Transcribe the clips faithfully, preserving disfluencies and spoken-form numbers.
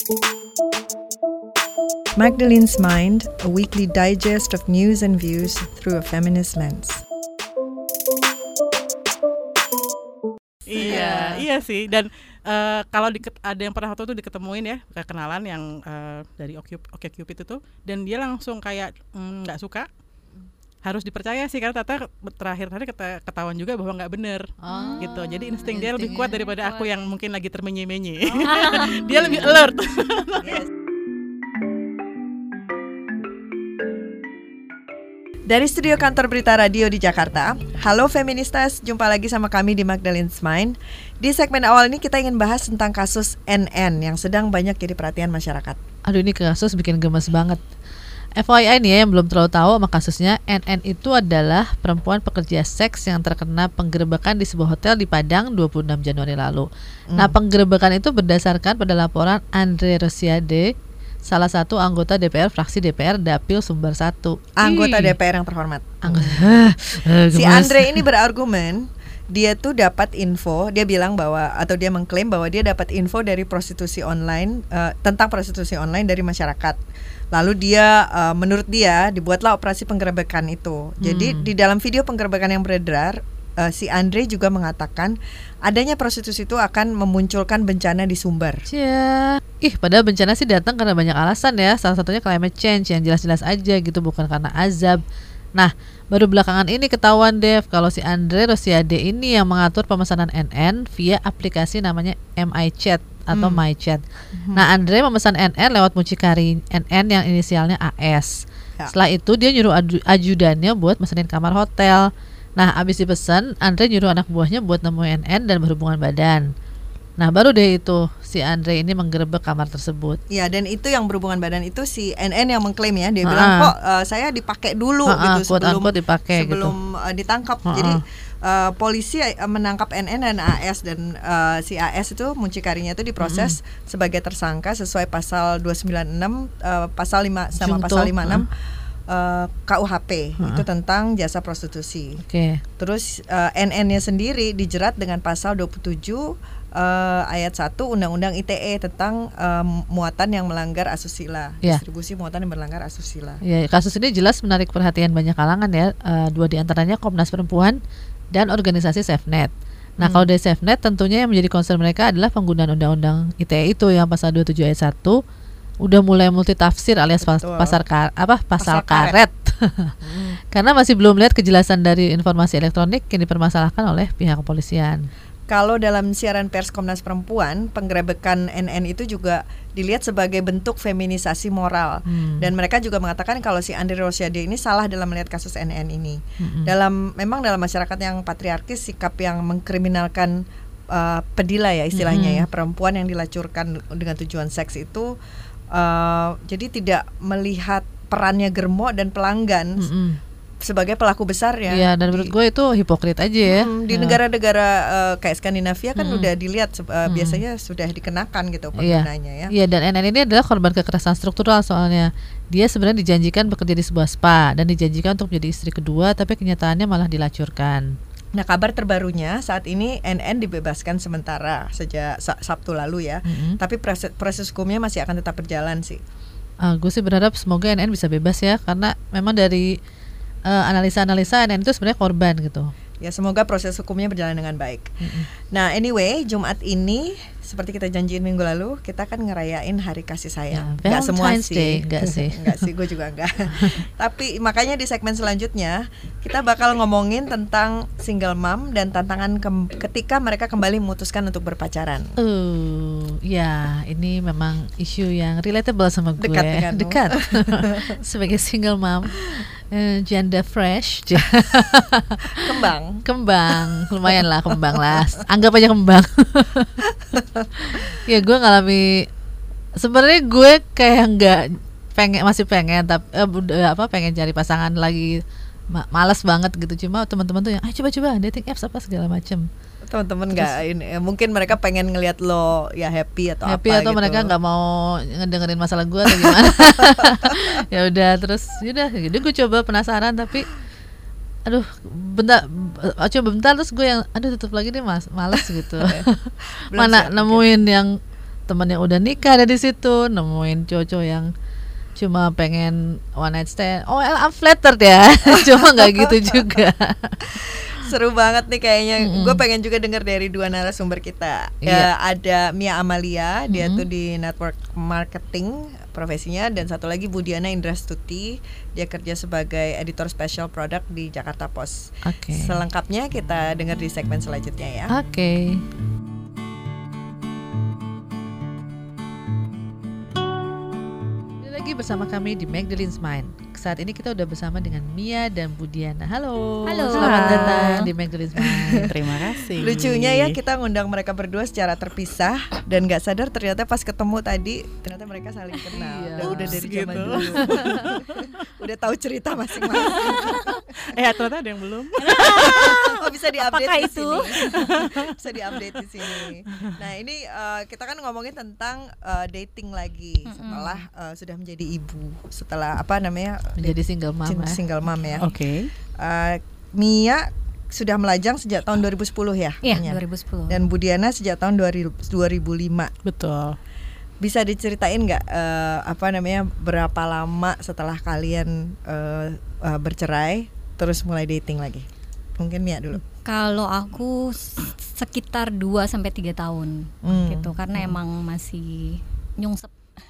Magdalene's Mind, a weekly digest of news and views through a feminist lens. Iya, iya sih. Dan uh, kalau diket, ada yang pernah waktu itu diketemuin ya, kenalan yang uh, dari OkCupid itu, dan dia langsung kayak nggak mm, suka. Harus dipercaya sih, karena ternyata terakhir tadi ketahuan juga bahwa nggak benar, oh, gitu. Jadi insting dia lebih kuat daripada kuat. Aku yang mungkin lagi termenye-menye. Oh. Dia lebih alert. Yes. Dari studio kantor Berita Radio di Jakarta, halo feministas, jumpa lagi sama kami di Magdalene's Mind. Di segmen awal ini kita ingin bahas tentang kasus N N yang sedang banyak jadi perhatian masyarakat. Aduh, ini kasus bikin gemes banget. F Y I nih ya, yang belum terlalu tahu sama kasusnya, N N itu adalah perempuan pekerja seks yang terkena penggerebekan di sebuah hotel di Padang dua puluh enam Januari lalu. Hmm. Nah, penggerebekan itu berdasarkan pada laporan Andre Rosiade, salah satu anggota D P R fraksi D P R Dapil Sumber satu. Anggota D P R yang terhormat. Anggota. Si Andre ini berargumen dia tuh dapat info, dia bilang bahwa atau dia mengklaim bahwa dia dapat info dari prostitusi online uh, tentang prostitusi online dari masyarakat. Lalu dia uh, menurut dia dibuatlah operasi penggerebekan itu. Jadi hmm. di dalam video penggerebekan yang beredar, uh, si Andre juga mengatakan adanya prostitusi itu akan memunculkan bencana di Sumber. Ya. Ih, padahal bencana sih datang karena banyak alasan ya. Salah satunya climate change yang jelas-jelas aja gitu, bukan karena azab. Nah, baru belakangan ini ketahuan Dev kalau si Andre Rosiade ini yang mengatur pemesanan N N via aplikasi namanya MyChat atau hmm. MyChat. Hmm. Nah, Andre memesan N N lewat mucikari N N yang inisialnya A S. Ya. Setelah itu dia nyuruh ajudannya buat mesenin kamar hotel. Nah, abis dipesan, Andre nyuruh anak buahnya buat nemuin N N dan berhubungan badan. Nah, baru deh itu si Andre ini menggerebek kamar tersebut. Ya, dan itu yang berhubungan badan itu si N N yang mengklaim ya. Dia ha-ha. bilang kok uh, saya dipakai dulu ha-ha, gitu sebelum dipakai, sebelum gitu. uh, ditangkap. Ha-ha. Jadi uh, polisi uh, menangkap N N dan A S dan uh, si A S itu mucikarinya itu diproses mm-hmm. sebagai tersangka sesuai pasal dua sembilan enam uh, pasal lima sama Junto. pasal lima enam Uh, K U H P uh-huh. itu tentang jasa prostitusi. Okay. Terus uh, N N-nya sendiri dijerat dengan pasal dua puluh tujuh uh, ayat satu Undang-Undang I T E tentang um, muatan yang melanggar asusila, yeah. distribusi muatan yang melanggar asusila. Ya, yeah, kasus ini jelas menarik perhatian banyak kalangan ya. Uh, dua diantaranya Komnas Perempuan dan organisasi SafeNet. Nah, hmm. kalau dari SafeNet tentunya yang menjadi concern mereka adalah penggunaan Undang-Undang I T E itu yang pasal dua puluh tujuh ayat satu udah mulai multitafsir alias pas, pasar kar, apa pasal, pasal karet, karet. hmm. Karena masih belum lihat kejelasan dari informasi elektronik yang dipermasalahkan oleh pihak kepolisian. Kalau dalam siaran pers Komnas Perempuan, penggerebekan N N itu juga dilihat sebagai bentuk feminisasi moral. Hmm. Dan mereka juga mengatakan kalau si Andre Rosiade ini salah dalam melihat kasus N N ini. Hmm. Dalam memang dalam masyarakat yang patriarkis, sikap yang mengkriminalkan uh, pedila ya istilahnya hmm. ya, perempuan yang dilacurkan dengan tujuan seks itu Uh, jadi tidak melihat perannya germo dan pelanggan mm-hmm. sebagai pelaku besar ya. Iya, dan menurut gue itu hipokrit aja ya. Hmm, di ya. negara-negara uh, kayak Skandinavia kan hmm. udah dilihat uh, hmm. biasanya sudah dikenakan gitu penggunanya ya. Iya, dan N N ini adalah korban kekerasan struktural soalnya. Dia sebenarnya dijanjikan bekerja di sebuah spa dan dijanjikan untuk menjadi istri kedua, tapi kenyataannya malah dilacurkan. Nah, kabar terbarunya saat ini N N dibebaskan sementara sejak Sabtu lalu ya. Mm-hmm. Tapi proses, proses hukumnya masih akan tetap berjalan sih. Uh, gue sih berharap semoga N N bisa bebas ya, karena memang dari uh, analisa-analisa N N itu sebenarnya korban gitu. Ya, semoga proses hukumnya berjalan dengan baik. Mm-hmm. Nah, anyway, Jumat ini seperti kita janjiin minggu lalu, kita kan ngerayain Hari Kasih Sayang. Ya, gak semua sih, sih, gak sih, gak sih, gue juga enggak. Tapi makanya di segmen selanjutnya kita bakal ngomongin tentang single mom dan tantangan ke- ketika mereka kembali memutuskan untuk berpacaran. Uh, ya, ini memang isu yang relatable sama gue. Dekat dengan Dekat. Sebagai single mom. Uh, janda fresh, kembang, kembang, lumayan lah kembang lah, anggap aja kembang. Ya, gue ngalami, sebenarnya gue kayak nggak pengen, masih pengen, tapi eh, apa pengen cari pasangan lagi, malas banget gitu. Cuma teman-teman tuh yang, ayo coba-coba dating apps apa segala macem. Teman-teman nggak ini, mungkin mereka pengen ngelihat lo ya happy atau happy apa atau gitu. Mereka nggak mau ngedengerin masalah gue atau gimana. Ya udah, terus yaudah, jadi gue coba penasaran tapi aduh bentar, coba bentar terus gue yang aduh tutup lagi deh mas, malas gitu. Mana siap, nemuin okay. yang teman yang udah nikah ada di situ, nemuin cowok yang cuma pengen one night stand. Oh, I'm flattered ya. Cuma nggak gitu juga. Seru banget nih kayaknya. Mm-mm. Gue pengen juga dengar dari dua narasumber kita. Iya. Ya, ada Mia Amalia, dia Mm-mm. tuh di network marketing profesinya, dan satu lagi Budiana Indrastuti, dia kerja sebagai editor special product di Jakarta Post. Oke. Selengkapnya kita dengar di segmen selanjutnya ya. Oke. Ini lagi bersama kami di Magdalene's Mind. Saat ini kita udah bersama dengan Mia dan Budiana. Halo. Halo. Selamat Halo. datang di Magdalene's Mind. Terima kasih. Lucunya ya, kita ngundang mereka berdua secara terpisah dan nggak sadar ternyata pas ketemu tadi ternyata mereka saling kenal. Iya. Dan udah dari Ups, zaman gitu. dulu. Udah tahu cerita masing-masing. Eh ternyata ada yang belum. Oh, bisa diupdate Apakah di itu? sini. Bisa diupdate di sini. Nah, ini uh, kita kan ngomongin tentang uh, dating lagi setelah uh, sudah menjadi ibu, setelah apa namanya? Menjadi single mom Cin- ya. single mom ya. Oke. Uh, Mia sudah melajang sejak tahun dua ribu sepuluh ya? Iya, Mia? dua ribu sepuluh. Dan Budiana sejak tahun dua ribu lima. Betul. Bisa diceritain nggak uh, apa namanya berapa lama setelah kalian uh, uh, bercerai terus mulai dating lagi? Mungkin Mia dulu. Kalau aku s- sekitar dua sampai tiga tahun Hmm. gitu, karena emang masih nyungsep.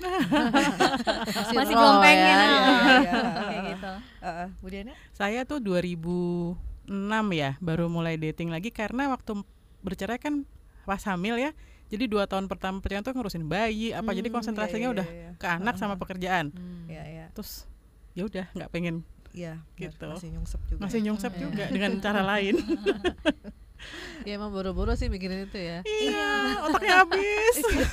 Masih, Masih raw belum pengen. ya. ah. Iya, iya. Kayak gitu. Uh, uh, Budiana? Saya tuh dua ribu enam ya baru mulai dating lagi karena waktu bercerai kan pas hamil ya. Jadi dua tahun pertama perjalanan tuh ngurusin bayi apa, jadi Hmm, konsentrasinya iya, iya, udah iya. ke anak sama Uh-huh. pekerjaan. Iya, iya. Terus ya udah nggak pengen, Iya, benar, Gitu. masih nyungsep juga. masih nyungsep Iya. juga dengan cara lain. Ya emang boro-boro sih mikirin itu ya. Iya, otaknya habis.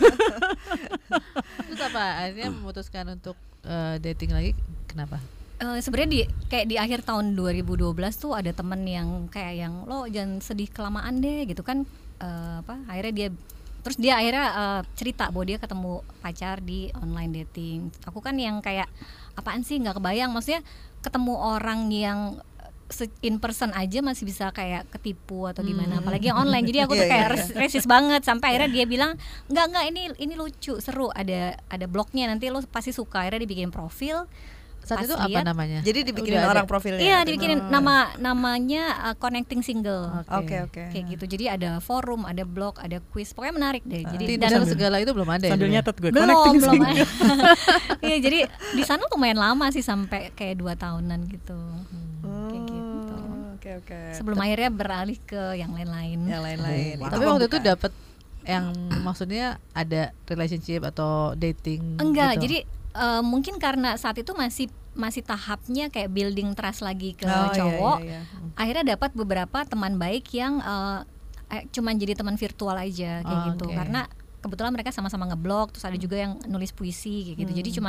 Terus apa? Akhirnya memutuskan untuk eh, dating lagi. Kenapa? Eh, sebenarnya di kayak di akhir tahun dua ribu dua belas tuh ada temen yang kayak yang lo jangan sedih kelamaan deh gitu kan. Eh, apa akhirnya dia terus dia akhirnya eh, cerita bahwa dia ketemu pacar di online dating. Aku kan yang kayak apaan sih, nggak kebayang, maksudnya ketemu orang yang se- in person aja masih bisa kayak ketipu atau gimana, apalagi yang online. Jadi aku tuh Iya, kayak iya, res- resist banget sampai akhirnya dia bilang nggak nggak ini ini lucu seru, ada ada blognya, nanti lo pasti suka. Akhirnya dibikin profil. Saat Pas itu apa lihat, namanya? Jadi dibikinin Udah ada. orang profilnya. Iya, atau dibikinin gimana? nama namanya uh, Connecting Single. Oke, oke. Kayak gitu. Jadi ada forum, ada blog, ada quiz. Pokoknya menarik deh. Jadi Tinder segala itu belum ada ya? Sambil dulu ya? nyatet gue belum connecting belum. single. Iya, jadi di sana lumayan lama sih, sampai kayak dua tahunan gitu. Oh, Kayak gitu. Oke, oke. Sebelum akhirnya beralih ke yang lain-lain. yang lain-lain. Oh, Itu Tapi waktu itu pembukaan. dapat yang maksudnya ada relationship atau dating Enggak, gitu? jadi uh, mungkin karena saat itu masih masih tahapnya kayak building trust lagi ke Oh, iya, cowok. iya, iya. Akhirnya dapat beberapa teman baik yang uh, eh, cuman jadi teman virtual aja kayak Oh, gitu. oke. Karena kebetulan mereka sama-sama ngeblog, terus ada juga yang nulis puisi kayak gitu. Jadi Hmm. cuman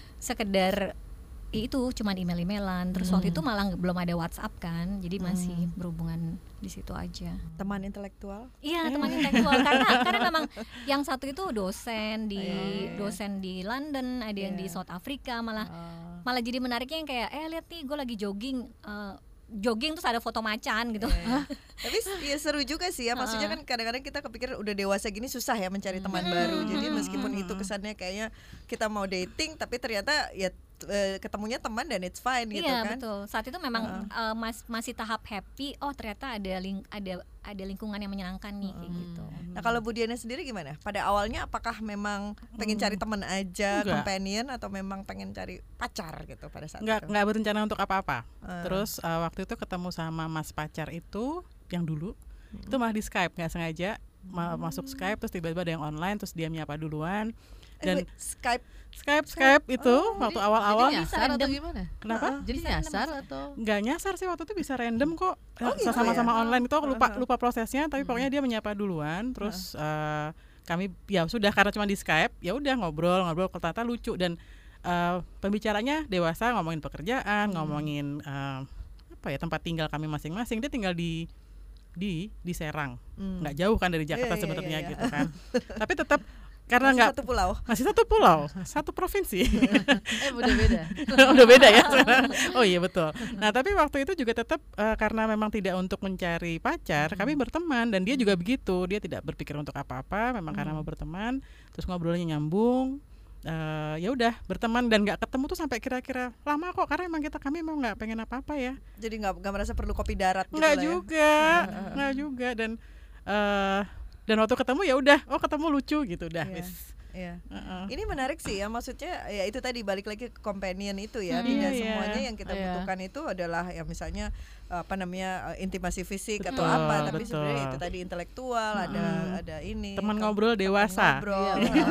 sekedar itu cuman email-emailan. Terus waktu itu malah nggak- belum ada WhatsApp kan. Jadi masih berhubungan di situ aja. Teman intelektual. Iya, teman intelektual, karena karena memang yang satu itu dosen di Iya. dosen di London, ada yang di Iya. South Africa, malah Oh. malah jadi menariknya yang kayak eh lihat nih gue lagi jogging eh, jogging terus ada foto macan gitu. Iya. Tapi ya seru juga sih ya. Maksudnya kan kadang-kadang kita kepikir udah dewasa gini susah ya mencari teman baru. Jadi meskipun itu kesannya kayaknya kita mau dating, tapi ternyata ya eh, ketemunya teman dan it's fine gitu Iya kan. betul. Saat itu memang eh, mas- masih tahap happy. Oh ternyata ada ling- ada ada lingkungan yang menyenangkan nih kayak gitu. Nah kalau Budiana sendiri gimana? Pada awalnya apakah memang pengen cari teman aja, Enggak. companion, atau memang pengen cari pacar gitu pada saat nggak itu? nggak berencana untuk apa-apa. Ah. Terus uh, waktu itu ketemu sama mas pacar itu yang dulu itu malah di Skype, nggak sengaja ma- masuk Skype, terus tiba-tiba ada yang online, terus dia menyapa duluan. Eh, Dan wait, Skype. Skype Skype itu Oh, waktu Jadi awal-awal nyasar atau random. gimana? kenapa? Jadi Bisa nyasar random. atau Nggak nyasar sih, waktu itu bisa random kok. Oh, gitu Sama-sama ya? online itu aku lupa Uh-huh. lupa prosesnya, tapi pokoknya dia menyapa duluan, terus uh, kami ya sudah karena cuma di Skype, ya udah ngobrol ngobrol ternyata lucu dan uh, pembicaranya dewasa, ngomongin pekerjaan, ngomongin uh, apa ya tempat tinggal kami masing-masing. Dia tinggal di di di Serang, Hmm. nggak jauh kan dari Jakarta Iya, iya, sebenarnya iya, iya. gitu kan. Tapi tetap karena Masih nggak satu pulau. masih satu pulau, satu provinsi. Eh udah beda. Udah beda ya sekarang. Oh iya betul. Nah tapi waktu itu juga tetap uh, karena memang tidak untuk mencari pacar, hmm. kami berteman dan dia juga begitu. Dia tidak berpikir untuk apa-apa, memang hmm. karena mau berteman. Terus ngobrolnya nyambung. Uh, ya udah berteman dan nggak ketemu tuh sampai kira-kira lama kok karena emang kita kami mau nggak pengen apa-apa ya. Jadi nggak nggak merasa perlu kopi darat gitu nggak lah juga ya. nggak juga dan uh, dan waktu ketemu ya udah oh ketemu lucu gitu udah yeah. wis. Iya. Uh-uh. Ini menarik sih ya, maksudnya ya itu tadi balik lagi ke companion itu ya. Hmm, Tidak iya, semuanya iya. yang kita Iya. butuhkan itu adalah ya misalnya apa namanya intimasi fisik Betul, atau apa, tapi betul. sebenarnya itu tadi intelektual, Hmm. ada ada ini. Teman tem- ngobrol teman dewasa. ngobrol. Iya,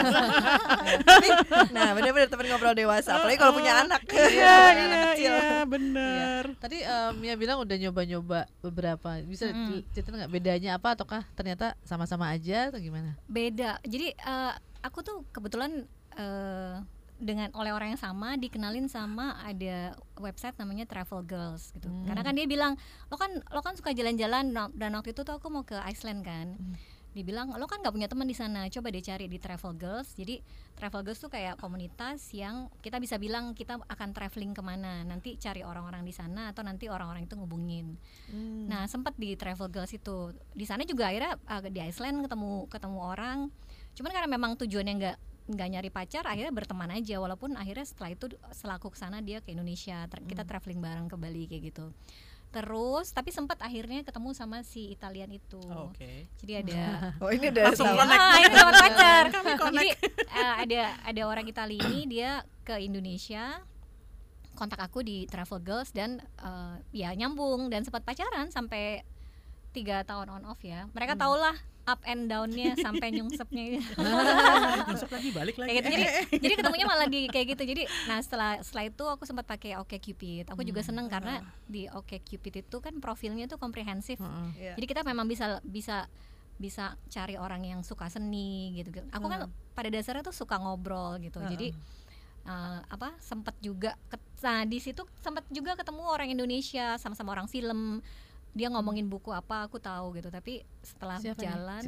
Tapi, nah benar-benar teman ngobrol dewasa, apalagi kalau punya anak. Iya Punya anak iya kecil. iya benar. Tadi um, Mia bilang udah nyoba-nyoba beberapa. Bisa Mm. cerita nggak bedanya apa ataukah ternyata sama-sama aja atau gimana? Beda. Jadi eh, aku tuh kebetulan eh, dengan oleh orang yang sama dikenalin sama ada website namanya Travel Girls gitu. Hmm. Karena kan dia bilang lo kan lo kan suka jalan-jalan no- dan waktu itu tuh aku mau ke Iceland kan. Hmm. Dibilang lo kan nggak punya teman di sana, coba deh cari di Travel Girls. Jadi Travel Girls tuh kayak komunitas yang kita bisa bilang kita akan traveling kemana, nanti cari orang-orang di sana atau nanti orang-orang itu ngubungin. Hmm. Nah sempat di Travel Girls itu di sana juga akhirnya uh, di Iceland ketemu ketemu orang. Cuman karena memang tujuannya nggak nggak nyari pacar, akhirnya berteman aja. Walaupun akhirnya setelah itu selaku kesana dia ke Indonesia, tra- kita traveling bareng ke Bali kayak gitu. Terus tapi sempat akhirnya ketemu sama si Italian itu. Oh, Oke. Jadi ada Oh ini udah Langsung tahu. connect. ah, ini dapat pacar. Kami connect. Jadi uh, ada ada orang Italia ini dia ke Indonesia, kontak aku di Travel Girls dan uh, ya nyambung dan sempat pacaran sampai tiga tahun on off ya. Mereka Hmm. tahulah up and down-nya sampai nyungsepnya. Masuk lagi balik lagi. Kayak gitu. Jadi jadi ketemunya malah di kayak gitu. Jadi nah setelah setelah itu aku sempat pakai OkCupid. Aku juga seneng karena di OkCupid itu kan profilnya tuh komprehensif. Heeh. Iya. Jadi kita memang bisa bisa bisa cari orang yang suka seni gitu. Aku kan pada dasarnya tuh suka ngobrol gitu. Uh-uh. Jadi uh, apa sempat juga ket, nah di situ sempat juga ketemu orang Indonesia sama-sama orang film. Dia ngomongin buku apa aku tahu gitu, tapi setelah Siapa nih? jalan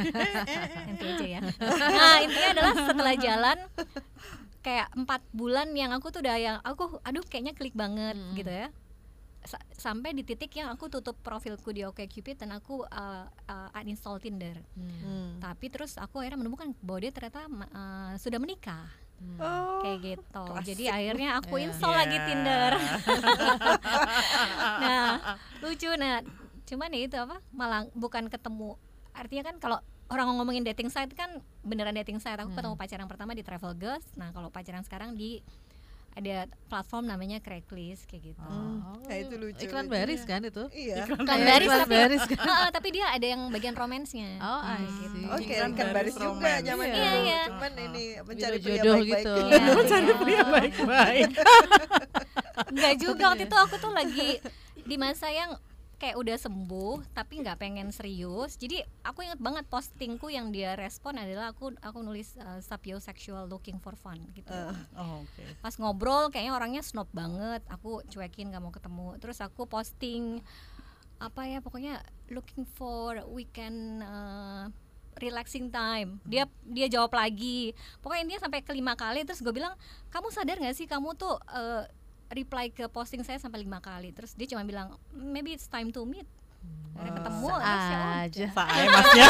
nanti aja ya. Nah intinya adalah setelah jalan kayak empat bulan yang aku tuh udah yang aku aduh kayaknya klik banget Hmm. gitu ya. Sa- sampai di titik yang aku tutup profilku di OkCupid dan aku uh, uh, uninstall Tinder. Hmm. Tapi terus aku akhirnya menemukan bahwa dia ternyata uh, sudah menikah. Oh. Kayak gitu. klasik. Jadi akhirnya aku Iya. install lagi Iya. Tinder. Nah, lucu. Nah, cuman ya itu apa? Malah bukan ketemu. Artinya kan kalau orang ngomongin dating site kan beneran dating site. Aku Hmm. ketemu pacar yang pertama di Travel Girls. Nah, kalau pacar yang sekarang di ada platform namanya Craigslist kayak gitu. Hmm. Nah, itu lucu, Iklan lucu. baris kan itu? Iya. Iklan Kayak baris iklan tapi baris kan? Heeh, tapi dia ada yang bagian romansnya. Oh, I Kayak see. gitu. Oke, Iklan kan baris baris juga romance. zaman Iya, dulu. iya. Cuman ini mencari Biro pria jodoh baik-baik. gitu. Iya, Mencari iya. pria baik-baik. Enggak juga, waktu itu aku tuh lagi di masa yang kayak udah sembuh tapi nggak pengen serius. Jadi aku inget banget postingku yang dia respon adalah aku aku nulis uh, sapiosexual looking for fun gitu. Uh. Oh, oke. Pas ngobrol kayaknya orangnya snob banget, aku cuekin nggak mau ketemu. Terus aku posting apa ya pokoknya looking for weekend uh, relaxing time. Dia dia jawab lagi. Pokoknya intinya sampai kelima kali. Terus gue bilang, kamu sadar nggak sih kamu tuh uh, reply ke posting saya sampai lima kali. Terus dia cuma bilang maybe it's time to meet. Akhirnya ketemu terus ya udah. Aja. Saya masnya.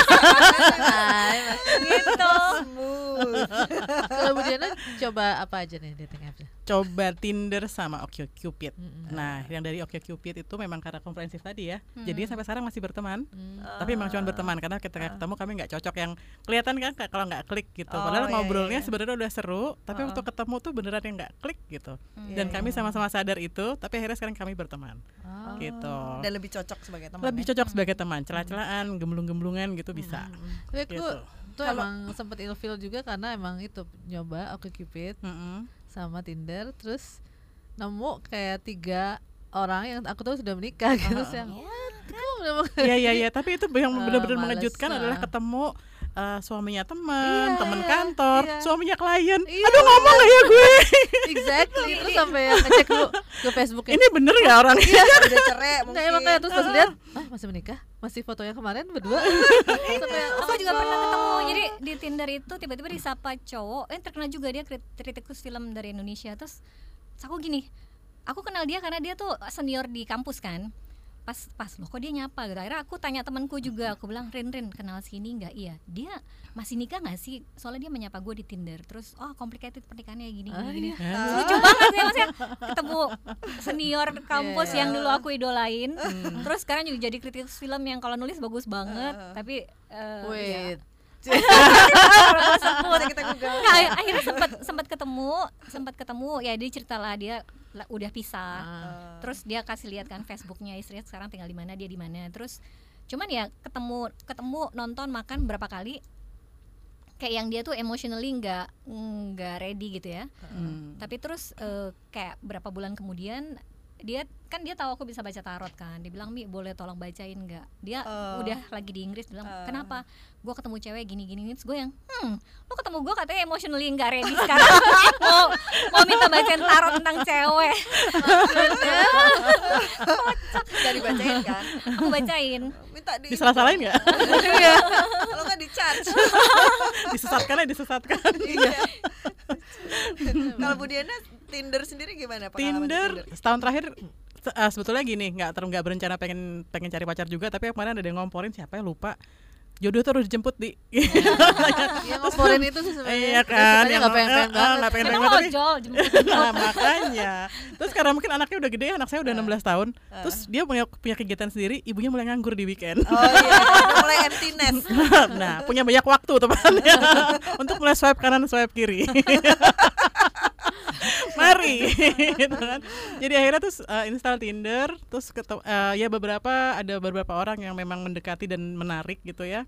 Hai, Mas. Gitu. Smooth. Kalau Bu Diana coba apa aja nih dating apps? Coba Tinder sama OkCupid. Mm-mm. Nah, yang dari OkCupid itu memang karena komprehensif tadi ya. Hmm. Jadi sampai sekarang masih berteman. Hmm. Tapi memang cuma berteman karena ketika ketemu kami nggak cocok, yang kelihatan kan Kak, kalau nggak klik gitu. Oh, Padahal iya, ngobrolnya iya. sebenarnya udah seru, tapi Uh-uh. waktu ketemu tuh beneran yang nggak klik gitu. Hmm. Dan Iya, kami iya. sama-sama sadar itu, tapi akhirnya sekarang kami berteman. Oh. Gitu. Dan lebih cocok sebagai teman. Lebih ya? cocok sebagai teman, celah-celahan, gemblung-gemblungan gitu bisa. Tapi aku Gitu. tuh Kalau- emang sempet ilfeel juga karena emang itu nyoba OkCupid Mm-mm. sama Tinder, terus nemu kayak tiga orang yang aku tahu sudah menikah gitu. Terus yang what? Kok udah mau- Iya iya iya, tapi itu yang Ah, benar-benar males. mengejutkan Ah. adalah ketemu uh, suaminya teman, Iya, teman iya, kantor, iya. suaminya klien. Iya. Aduh, ngomong gak ya gue? Exactly. Terus sampai yang ngecek dulu ke Facebooknya. Ini bener nggak orangnya? Udah cerai Nggak, emang mungkin. kayak terus pas lihat, ah masih menikah? Masih foto yang kemarin berdua. Aku juga pernah ketemu. Jadi di Tinder itu tiba-tiba disapa cowok, eh terkenal juga, dia kritikus film dari Indonesia. Terus aku gini, aku kenal dia karena dia tuh senior di kampus kan. Pas pas loh kok dia nyapa gitu. Akhirnya aku tanya temanku juga, aku bilang, "Rin Rin kenal sini nggak?" Iya. Dia masih nikah nggak sih? Soalnya dia menyapa gue di Tinder. Terus oh complicated pernikahannya gini gini. Ah, gini. iya. Lucu banget ya maksudnya ketemu senior kampus Yeah. yang dulu aku idolain. Hmm. Terus sekarang juga jadi kritikus film yang kalau nulis bagus banget, uh. tapi uh, Wait. Ya. Bisa kita google. Nah, akhirnya sempat sempat ketemu, sempat ketemu ya dia ceritalah dia la- udah pisah. Ah. Terus dia kasih lihat kan Facebooknya istrinya sekarang tinggal di mana, dia di mana. Terus cuman ya ketemu ketemu nonton makan berapa kali kayak yang dia tuh emotionally nggak nggak ready gitu ya. Hmm. Tapi terus uh, kayak berapa bulan kemudian dia kan dia tahu aku bisa baca tarot kan, dia bilang, "Mi boleh tolong bacain nggak?" Dia Uh. udah lagi di Inggris, bilang, Uh. "Kenapa? Gue ketemu cewek gini-gini." Terus gue yang, hmm, lo ketemu gue katanya emotionally nggak ready sekarang mau mau minta bacain tarot tentang cewek. Kocak. Gak dibacain kan? Aku bacain. Minta di Disalah-salahin nggak? Iya. Kalau nggak di charge. Disesatkan ya disesatkan. Iya. Kalau Bu Diana Tinder sendiri gimana pengalaman di Tinder setahun terakhir se- uh, sebetulnya gini, nggak ter nggak berencana pengen pengen cari pacar juga, tapi kemarin ada yang ngomporin, siapa ya lupa, jodoh tuh harus dijemput di. Iya, ngomporin itu sih sebenarnya. Iya kan, Yang yang nggak pengen-pengen eh, eh, banget. nggak pengen Kita pengen banget, tapi ojol jemput. nah, makanya. Terus karena mungkin anaknya udah gede, anak saya udah enam belas tahun. Terus dia punya punya kegiatan sendiri, ibunya mulai nganggur di weekend. Oh iya, udah mulai empty nest. Nah, punya banyak waktu tepatnya untuk mulai swipe kanan swipe kiri. Mari gitu kan. Jadi akhirnya terus uh, install Tinder, terus ketem- uh, ya beberapa ada beberapa orang yang memang mendekati dan menarik gitu ya.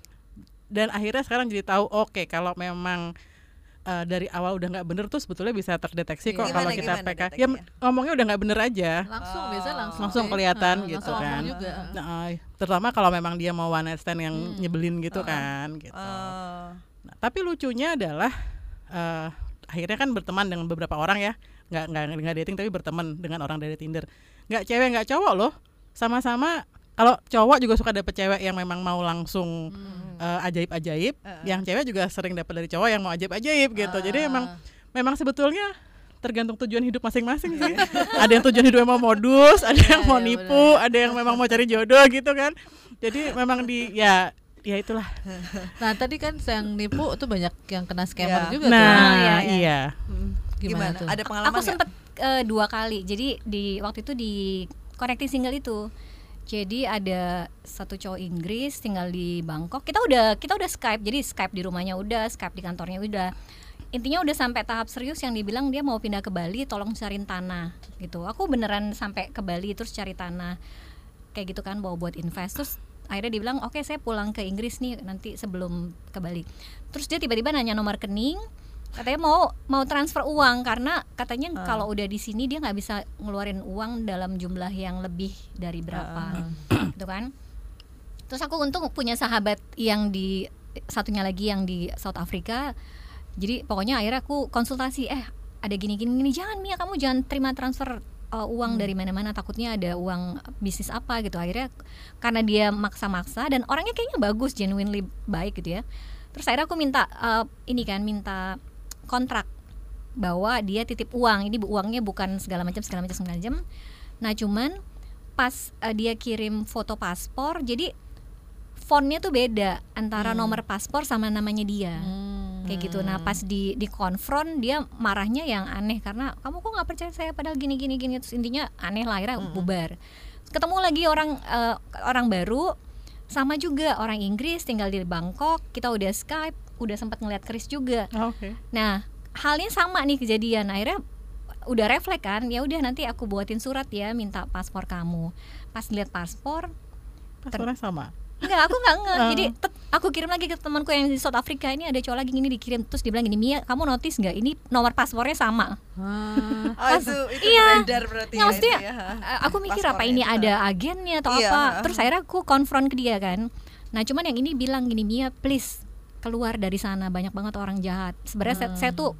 Dan akhirnya sekarang jadi tahu, oke okay, kalau memang uh, dari awal udah nggak bener tuh sebetulnya bisa terdeteksi kok. Gimana, kalau kita gimana P K ya deteksinya? ngomongnya udah nggak bener aja. Langsung Oh. biasa langsung Langsung sih. kelihatan Ah, gitu langsung ngomong kan. juga. Nah, terutama kalau memang dia mau one night stand yang Hmm. nyebelin gitu Uh. kan gitu. Oh. Nah, tapi lucunya adalah uh, akhirnya kan berteman dengan beberapa orang ya, nggak nggak nggak dating tapi berteman dengan orang dari Tinder, nggak cewek nggak cowok loh, sama-sama. Kalau cowok juga suka dapet cewek yang memang mau langsung Hmm. uh, ajaib-ajaib, Uh-uh. yang cewek juga sering dapet dari cowok yang mau ajaib-ajaib gitu. Jadi Ah. memang memang sebetulnya tergantung tujuan hidup masing-masing sih. Ada yang tujuan hidup mau modus, ada yang Iya, mau iya, nipu, ada yang memang mau cari jodoh gitu kan. Jadi memang di ya ya itulah. Nah tadi kan yang nipu tuh banyak yang kena scammer Ya. juga tuh. Nah, Ah, iya, iya. iya. Mm. Gimana Gimana? tuh? Ada pengalaman Aku nggak? sempet uh, dua kali. Jadi di waktu itu di Connecting Single itu. Jadi ada satu cowok Inggris tinggal di Bangkok. Kita udah kita udah Skype. Jadi Skype di rumahnya udah, Skype di kantornya udah. Intinya udah sampai tahap serius yang dibilang dia mau pindah ke Bali, tolong cariin tanah gitu. Aku beneran sampai ke Bali terus cari tanah. Kayak gitu kan, bawa buat invest. Terus akhirnya dia bilang, "Oke, saya pulang ke Inggris nih nanti sebelum ke Bali." Terus dia tiba-tiba nanya nomor rekening. Katanya mau mau transfer uang karena katanya Uh. kalau udah di sini dia nggak bisa ngeluarin uang dalam jumlah yang lebih dari berapa, gitu kan. Terus aku untung punya sahabat yang di satunya lagi yang di South Africa. Jadi pokoknya akhirnya aku konsultasi, eh ada gini-gini gini, jangan Mia kamu jangan terima transfer uh, uang dari mana-mana, takutnya ada uang bisnis apa gitu. Akhirnya karena dia maksa-maksa dan orangnya kayaknya bagus, genuinely baik gitu ya. Terus akhirnya aku minta uh, ini kan minta kontrak bahwa dia titip uang, ini uangnya bukan segala macam segala macam segala macam. Nah cuman pas uh, dia kirim foto paspor, jadi fontnya tuh beda antara Hmm. nomor paspor sama namanya dia, Hmm. kayak gitu. Nah pas di di konfront dia marahnya yang aneh karena kamu kok nggak percaya saya padahal gini gini gini. Terus intinya aneh lah, akhirnya bubar. Ketemu lagi orang uh, orang baru sama juga orang Inggris tinggal di Bangkok, kita udah Skype, udah sempat ngeliat keris juga. Oke. Nah, halnya sama nih kejadian. Akhirnya udah refleks kan, ya udah nanti aku buatin surat ya, minta paspor kamu. Pas lihat paspor, Paspornya sama. enggak, aku enggak nge. Uh. Jadi tet- aku kirim lagi ke temanku yang di South Africa, ini ada cowok lagi gini dikirim, terus dia bilang gini, "Mia, kamu notice enggak ini nomor paspornya sama?" Ah. Oh, itu itu Iya. beredar berarti Nggak, ya, maksudnya itu ya. uh, aku mikir apa Paspornya ini itu. ada agennya atau Iya. apa. Terus akhirnya aku konfront ke dia kan. Nah cuman yang ini bilang gini, "Mia please keluar dari sana, banyak banget orang jahat." Sebenarnya saya, Hmm. saya tuh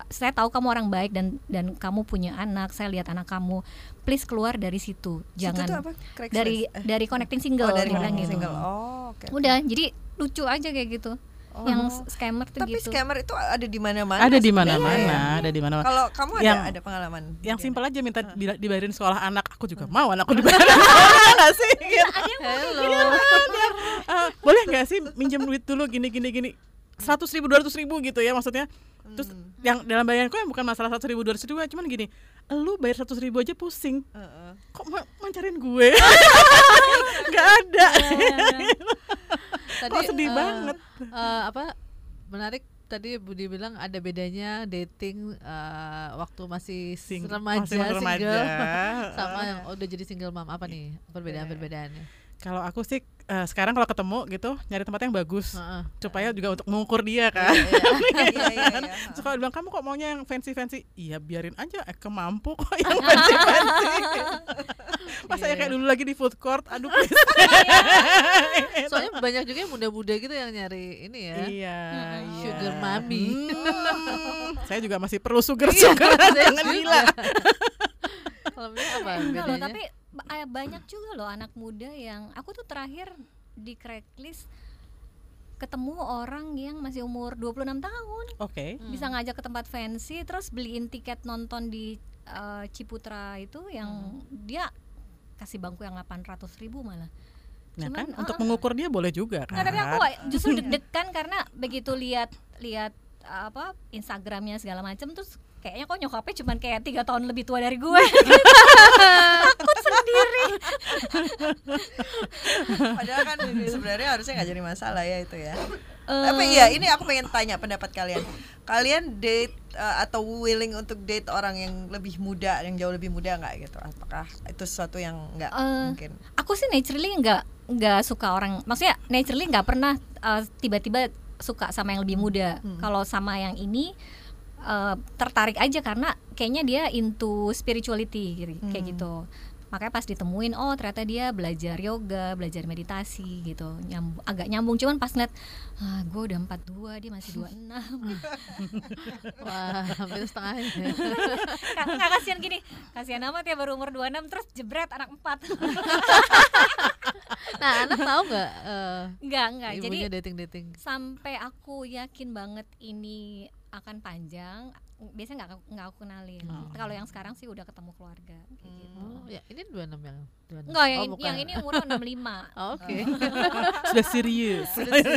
saya tahu kamu orang baik dan dan kamu punya anak, saya lihat anak kamu, please keluar dari situ, jangan Situ tuh apa? Craigslist? dari Eh. dari connecting single, Oh, dari dia bilang connecting gitu. single. Oh, oke. Udah, jadi lucu aja kayak gitu. Oh. Yang scammer tuh Tapi gitu. scammer itu ada di mana-mana. Ada di sebenarnya mana-mana, ya. ada di mana-mana. Kalau kamu ada Yang- ada pengalaman? Yang Diana? simpel aja minta di- dibayarin sekolah anak, aku juga mau anakku dibayarin sekolah nggak sih? Gitu. Hello. Eh, boleh nggak sih minjem duit dulu gini gini gini seratus ribu dua ratus ribu gitu ya maksudnya. Terus yang dalam bayanganku yang bukan masalah seratus ribu dua ratus ribu, cuman gini, lu bayar seratus ribu aja pusing, Heeh. kok ma- mancarin gue? Nggak ada. Tadi Kok sedih eh, banget. eh, apa menarik tadi Budi bilang ada bedanya dating eh, waktu masih Sing- remaja, masih remaja. single sama yang udah jadi single mom. Apa nih perbedaan-perbedaannya? Kalau aku sih eh, sekarang kalau ketemu gitu nyari tempat yang bagus Heeh. supaya juga untuk mengukur dia kan. Iya, iya, iya. Terus kalau bilang kamu kok maunya yang fancy-fancy, iya biarin aja, eh kemampu kok yang fancy-fancy. Pas saya kayak dulu lagi di food court, aduh please. Soalnya banyak juga yang muda-muda gitu yang nyari ini ya. Iya, iya. Sugar mommy. Hmm, saya juga masih perlu sugar Iya, sugar, saya jangan juga. gila. Kalau Mia apa Enggak loh, bedanya? tapi ba- eh, banyak juga loh anak muda yang aku tuh terakhir di Craigslist ketemu orang yang masih umur dua puluh enam tahun, Oke. bisa ngajak ke tempat fancy, terus beliin tiket nonton di eh, Ciputra itu yang dia kasih bangku yang delapan ratus ribu malah. Nah Cuman, kan untuk ah, mengukur dia boleh juga kan. Nah, tapi aku justru deg-degan karena begitu lihat lihat apa Instagramnya segala macam, terus kayaknya kok nyokapnya cuman kayak tiga tahun lebih tua dari gue. Takut sendiri. Padahal kan ini sebenarnya harusnya nggak jadi masalah ya itu ya. Eh, Tapi iya, ini aku pengen tanya pendapat kalian. Kalian date uh, atau willing untuk date orang yang lebih muda, yang jauh lebih muda nggak gitu? Apakah itu sesuatu yang nggak Eh, mungkin? Aku sih naturally nggak nggak suka orang, maksudnya naturally nggak pernah uh, tiba-tiba suka sama yang lebih muda. Kalau sama yang ini uh, tertarik aja karena kayaknya dia into spirituality gitu, kayak gitu. Makanya pas ditemuin, oh ternyata dia belajar yoga, belajar meditasi gitu, nyambung, agak nyambung. Cuman pas ngeliat, ah, gue udah empat puluh dua, dia masih dua puluh enam. Wah, hampir setengahnya. Nggak, kasihan gini, kasihan amat ya baru umur dua puluh enam terus jebret anak empat. Nah, anak tahu nggak eh, Enggak, enggak. Jadi ibunya dating-dating? sampai aku yakin banget ini akan panjang, biasanya nggak aku- nggak aku kenalin. Kalau yang sekarang sih udah ketemu keluarga kayak gitu. Oh, ya ini dua puluh enam yang dua puluh enam. Enggak, yang, Oh, bukan. yang ini umurnya enam puluh lima. Oh, oke. Sudah serius.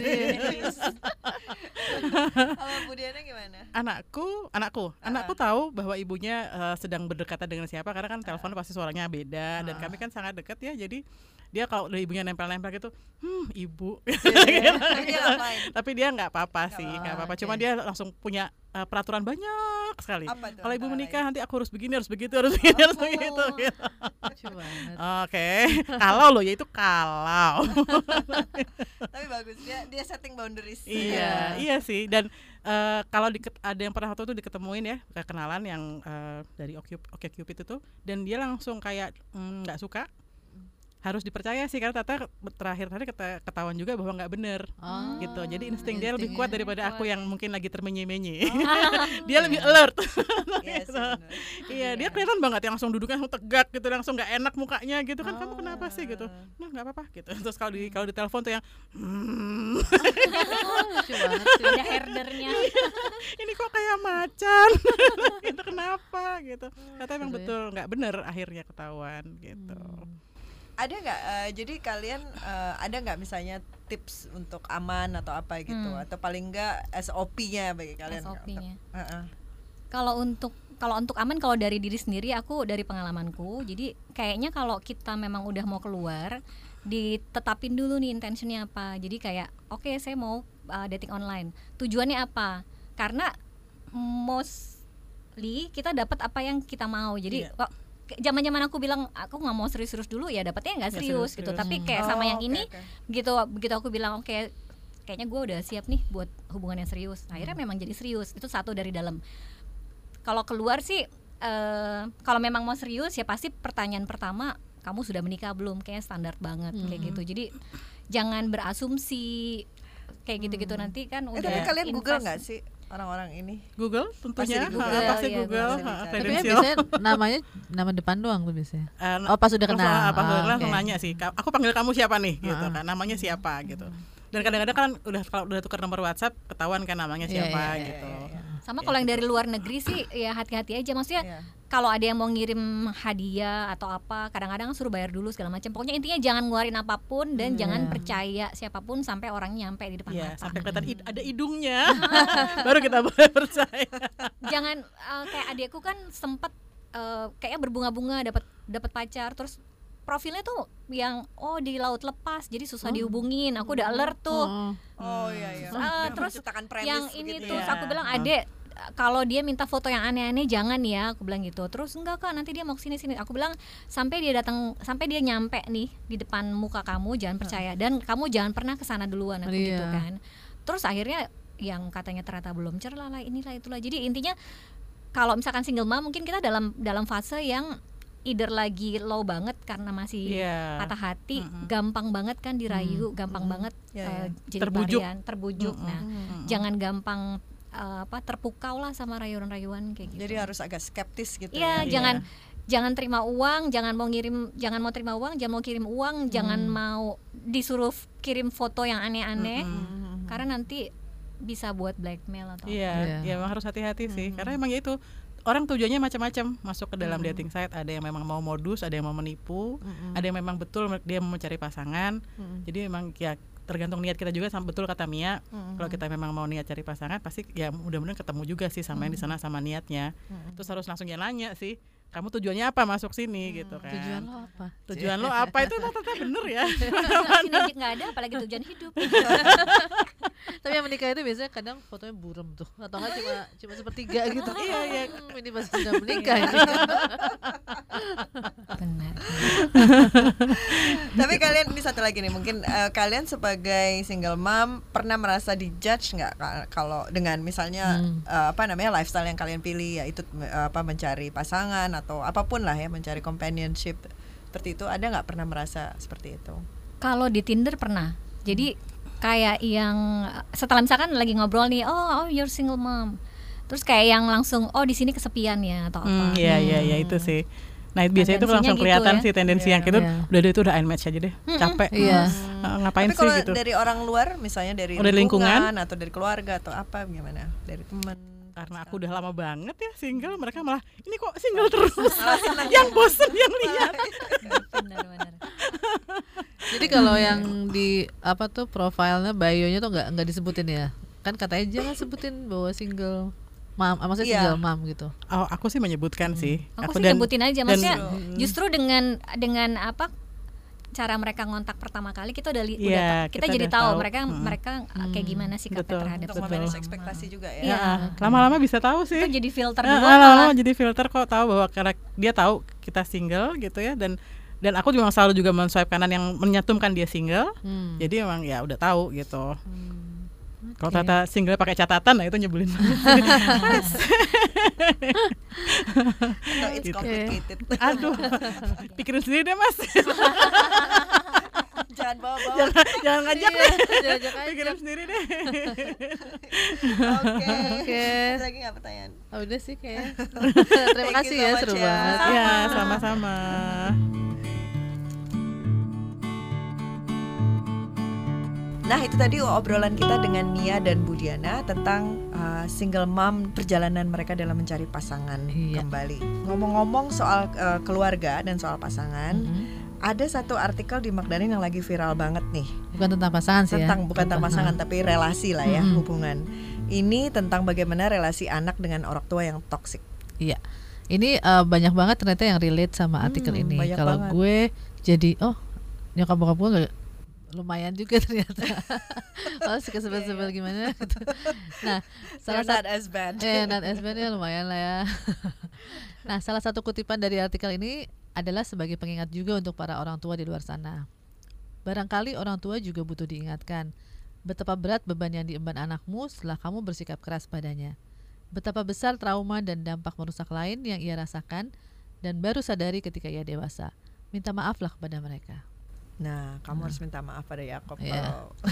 Kalau Bu Diana gimana? Anakku, anakku, anakku tahu bahwa ibunya eh, sedang berdekatan dengan siapa karena kan telepon pasti suaranya beda dan kami kan sangat dekat ya. Jadi dia kalau udah ibunya nempel-nempel gitu, hmm ibu. Tapi dia ngapain? Tapi dia nggak apa-apa sih, apa-apa, nggak apa-apa. oke. Cuma dia langsung punya eh, peraturan banyak sekali. Apa tuh Kalau ibu antara menikah nanti aku harus begini, harus begitu, harus begini, harus Oh. begitu. Gitu. Lucu banget. Oke, kalau loh ya itu kalau. Tapi bagus, dia dia setting boundaries. Iya, iya sih. Dan eh, kalau diket- ada yang pernah waktu itu diketemuin ya, kayak kenalan yang eh, dari OkCupid itu, dan dia langsung kayak mm, nggak suka. Harus dipercaya sih karena ternyata terakhir tadi keta- ketahuan juga bahwa nggak bener Oh, gitu. Jadi insting dia lebih instingnya kuat daripada aku kuat. yang mungkin lagi termenye-menye. Dia lebih alert. Iya sih, bener. Iya, dia kelihatan banget yang langsung duduknya langsung tegak gitu, langsung nggak enak mukanya gitu kan. Kamu kenapa sih gitu? Nah nggak apa-apa gitu. Terus kalau di kalau di telepon tuh yang hmm, Oh, lucu banget sih. Ada herdernya. ini kok kayak macan. Itu kenapa gitu. Ternyata emang Seru ya. betul nggak bener akhirnya ketahuan gitu. Ada nggak? eh, jadi kalian eh, ada nggak misalnya tips untuk aman atau apa gitu? Hmm. Atau paling nggak S O P-nya bagi kalian? S O P-nya. Heeh. Kalau untuk kalau untuk aman, kalau dari diri sendiri, aku dari pengalamanku, jadi kayaknya kalau kita memang udah mau keluar, ditetapin dulu nih intentionnya apa. Jadi kayak oke okay, saya mau uh, dating online, tujuannya apa? Karena mostly kita dapat apa yang kita mau. Jadi Iya. kok zaman-zaman aku bilang aku nggak mau serius-serius dulu, ya dapatnya nggak Nggak serius, gitu. serius-serius. Tapi Hmm. kayak sama Oh, yang oke, ini, oke. begitu begitu aku bilang oke, kayaknya gue udah siap nih buat hubungan yang serius. Akhirnya memang jadi serius. Itu satu dari dalam. Kalau keluar sih, eh, kalau memang mau serius ya pasti pertanyaan pertama, kamu sudah menikah belum? Kayaknya standar banget kayak gitu. Jadi jangan berasumsi kayak gitu-gitu, nanti kan Eh, udah tapi kalian Google invest. nggak sih? orang-orang ini? Google tentunya, Pasti di Google. ha, pasti Iya, Google, Google. ha, Tapi Tapi ya kredensial. biasanya namanya nama depan doang tuh biasanya. Eh, Oh pas udah langsung- kenal. Pas udah Ah, kenal langsung oke. nanya sih, "Ka- aku panggil kamu siapa nih?" gitu Ah. kan, namanya siapa gitu. Dan kadang-kadang kan udah kalau udah tukar nomor WhatsApp ketahuan kan namanya Iya, siapa iya, iya, gitu. iya, iya. Sama Ya, kalau yang gitu. dari luar negeri sih ya hati-hati aja, maksudnya Iya. kalau ada yang mau ngirim hadiah atau apa, kadang-kadang suruh bayar dulu segala macam. Pokoknya intinya jangan ngeluarin apapun dan Hmm, jangan iya. percaya siapapun sampai orangnya nyampe di depan Iya, mata. sampai kelihatan id- ada hidungnya, baru kita boleh percaya. Jangan eh, kayak adikku kan sempet eh, kayaknya berbunga-bunga dapat dapat pacar, terus profilnya tuh yang oh di laut lepas jadi susah dihubungin. Aku udah alert tuh. Oh. Oh iya iya. Eh, Yang terus menciptakan premis yang ini begitu terus ya. aku bilang, Hmm. "Adek, kalau dia minta foto yang aneh-aneh jangan ya," aku bilang gitu. Terus enggak Kak, nanti dia mau kesini sini. Aku bilang sampai dia datang, sampai dia nyampe nih di depan muka kamu jangan percaya, dan kamu jangan pernah kesana duluan, aku Iya. gitu kan. Terus akhirnya yang katanya ternyata belum cerlah lah inilah itulah. Jadi intinya kalau misalkan single mom mungkin kita dalam dalam fase yang either lagi low banget karena masih Iya. patah hati, Mm-mm. gampang banget kan dirayu, gampang banget Ya, eh, ya. jadi Terbujuk. pelarian, terbujuk. Mm-mm. Nah, Mm-mm. jangan gampang eh, apa terpukau lah sama rayuan-rayuan kayak gitu. Jadi harus agak skeptis gitu Iya, ya. jangan jangan terima uang, jangan mau ngirim, jangan mau terima uang, jangan mau kirim uang, jangan mau disuruh f- kirim foto yang aneh-aneh, Mhm. karena nanti bisa buat blackmail atau Iya, Iya. ya memang harus hati-hati sih, Hmm. karena emang ya itu orang tujuannya macam-macam masuk ke dalam dating site. Ada yang memang mau modus, ada yang mau menipu, Mhm. ada yang memang betul dia mau mencari pasangan. Mhm. Jadi memang ya tergantung niat kita juga. Sama betul kata Mia, Mhm. kalau kita memang mau niat cari pasangan, pasti ya mudah-mudahan ketemu juga sih sama yang di sana sama niatnya. Mhm. Terus harus langsung ya nanya sih, kamu tujuannya apa masuk sini gitu kan? Tujuan lo apa? Tujuan lo apa itu ternyata bener ya? sini aja nggak ada, apalagi tujuan hidup. Tapi yang menikah itu biasanya kadang fotonya buram tuh, atau nggak cuma cuma sepertiga gitu. Iya, iya. Hmm, ini pasti sudah menikah ini. Benar. Tapi kalian ini satu lagi nih, mungkin eh, kalian sebagai single mom pernah merasa dijudge nggak ka- kalau dengan misalnya Hmm. eh, apa namanya lifestyle yang kalian pilih, yaitu eh, apa mencari pasangan atau apapun lah ya, mencari companionship seperti itu, ada nggak pernah merasa seperti itu? Kalau di Tinder pernah. Jadi kayak yang setelah misalkan lagi ngobrol nih, oh, oh you're single mom. Terus kayak yang langsung oh di sini kesepian ya atau Hmm, apa. iya iya iya itu sih. Nah biasanya itu Tendensinya langsung gitu kelihatan ya. sih tendensi Iya. yang gitu. Iya. Udah deh itu udah unmatch aja deh, capek. Iya. Eh, ngapain Tapi sih kalau gitu? dari orang luar, misalnya dari Oh, dari lingkungan, lingkungan? atau dari keluarga atau apa, gimana? Dari teman? Karena aku udah lama banget ya single, mereka malah ini kok single terus. Yang bosen yang lihat. Benar-benar. Jadi kalau yang di apa tuh profilnya, bio-nya tuh nggak nggak disebutin ya? Kan katanya jangan sebutin bahwa single mom, ah, maksudnya Iya. single mom gitu. Oh, aku sih menyebutkan sih. Aku, sih nyebutin aja, maksudnya dan- justru dengan dengan apa cara mereka ngontak pertama kali kita udah li- Iya, udah ta- kita, kita jadi udah tahu tahu. mereka Mm. mereka uh, kayak gimana sikapnya Betul. terhadap Untuk Betul. memanage ekspektasi juga ya. Iya. Ya, lama-lama bisa tahu sih. itu jadi filter Eh, dulu eh, lama-lama malah. jadi filter kok, tahu bahwa karena dia tahu kita single gitu ya, dan dan aku juga selalu juga men-swipe kanan yang menyantumkan dia single. Hmm. Jadi memang ya udah tahu gitu. Kalau Oke. ternyata single pakai catatan, nah itu nyebelin banget. So it's Gitu. complicated. Aduh, pikirin sendiri deh mas. Jangan bawa-bawa. jangan, jangan ngajak Iya, deh. ajak aja. Pikirin sendiri deh. Oke. Oke. Ada lagi nggak pertanyaan? Oh, udah sih kayak. Terima Thank kasih you so ya, much seru ya. banget. Ya, sama-sama. Nah itu tadi obrolan kita dengan Mia dan Budiana tentang uh, single mom, perjalanan mereka dalam mencari pasangan Iya. kembali. Ngomong-ngomong soal uh, keluarga dan soal pasangan, Mhm. ada satu artikel di Magdarin yang lagi viral banget nih, Bukan tentang pasangan sih tentang ya. bukan tentang pasangan tapi relasi lah ya, Mhm. hubungan. Ini tentang bagaimana relasi anak dengan orang tua yang toksik. Iya. Ini eh, banyak banget ternyata yang relate sama artikel Hmm, ini. banyak Kalau banget. gue jadi oh nyokap bokap gue nggak- lumayan juga ternyata. Oh suka sebel-sebel gimana gitu. Nah salah They're satu not as bad. eh not as bad ya, lumayan lah ya. Nah salah satu kutipan dari artikel ini adalah sebagai pengingat juga untuk para orang tua di luar sana. Barangkali orang tua juga butuh diingatkan betapa berat beban yang diemban anakmu setelah kamu bersikap keras padanya. Betapa besar trauma dan dampak merusak lain yang ia rasakan dan baru sadari ketika ia dewasa. Minta maaflah kepada mereka. Nah, kamu harus minta maaf pada Yakob. Iya. kalau-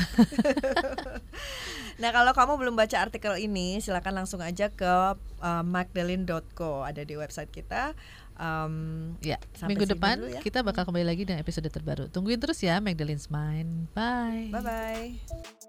Nah, kalau kamu belum baca artikel ini, silakan langsung aja ke uh, magdalene dot co, ada di website kita. Um, Ya, Sampai minggu sini depan dulu ya. kita bakal kembali lagi dengan episode terbaru. Tungguin terus ya Magdalene's Mind. Bye. Bye bye.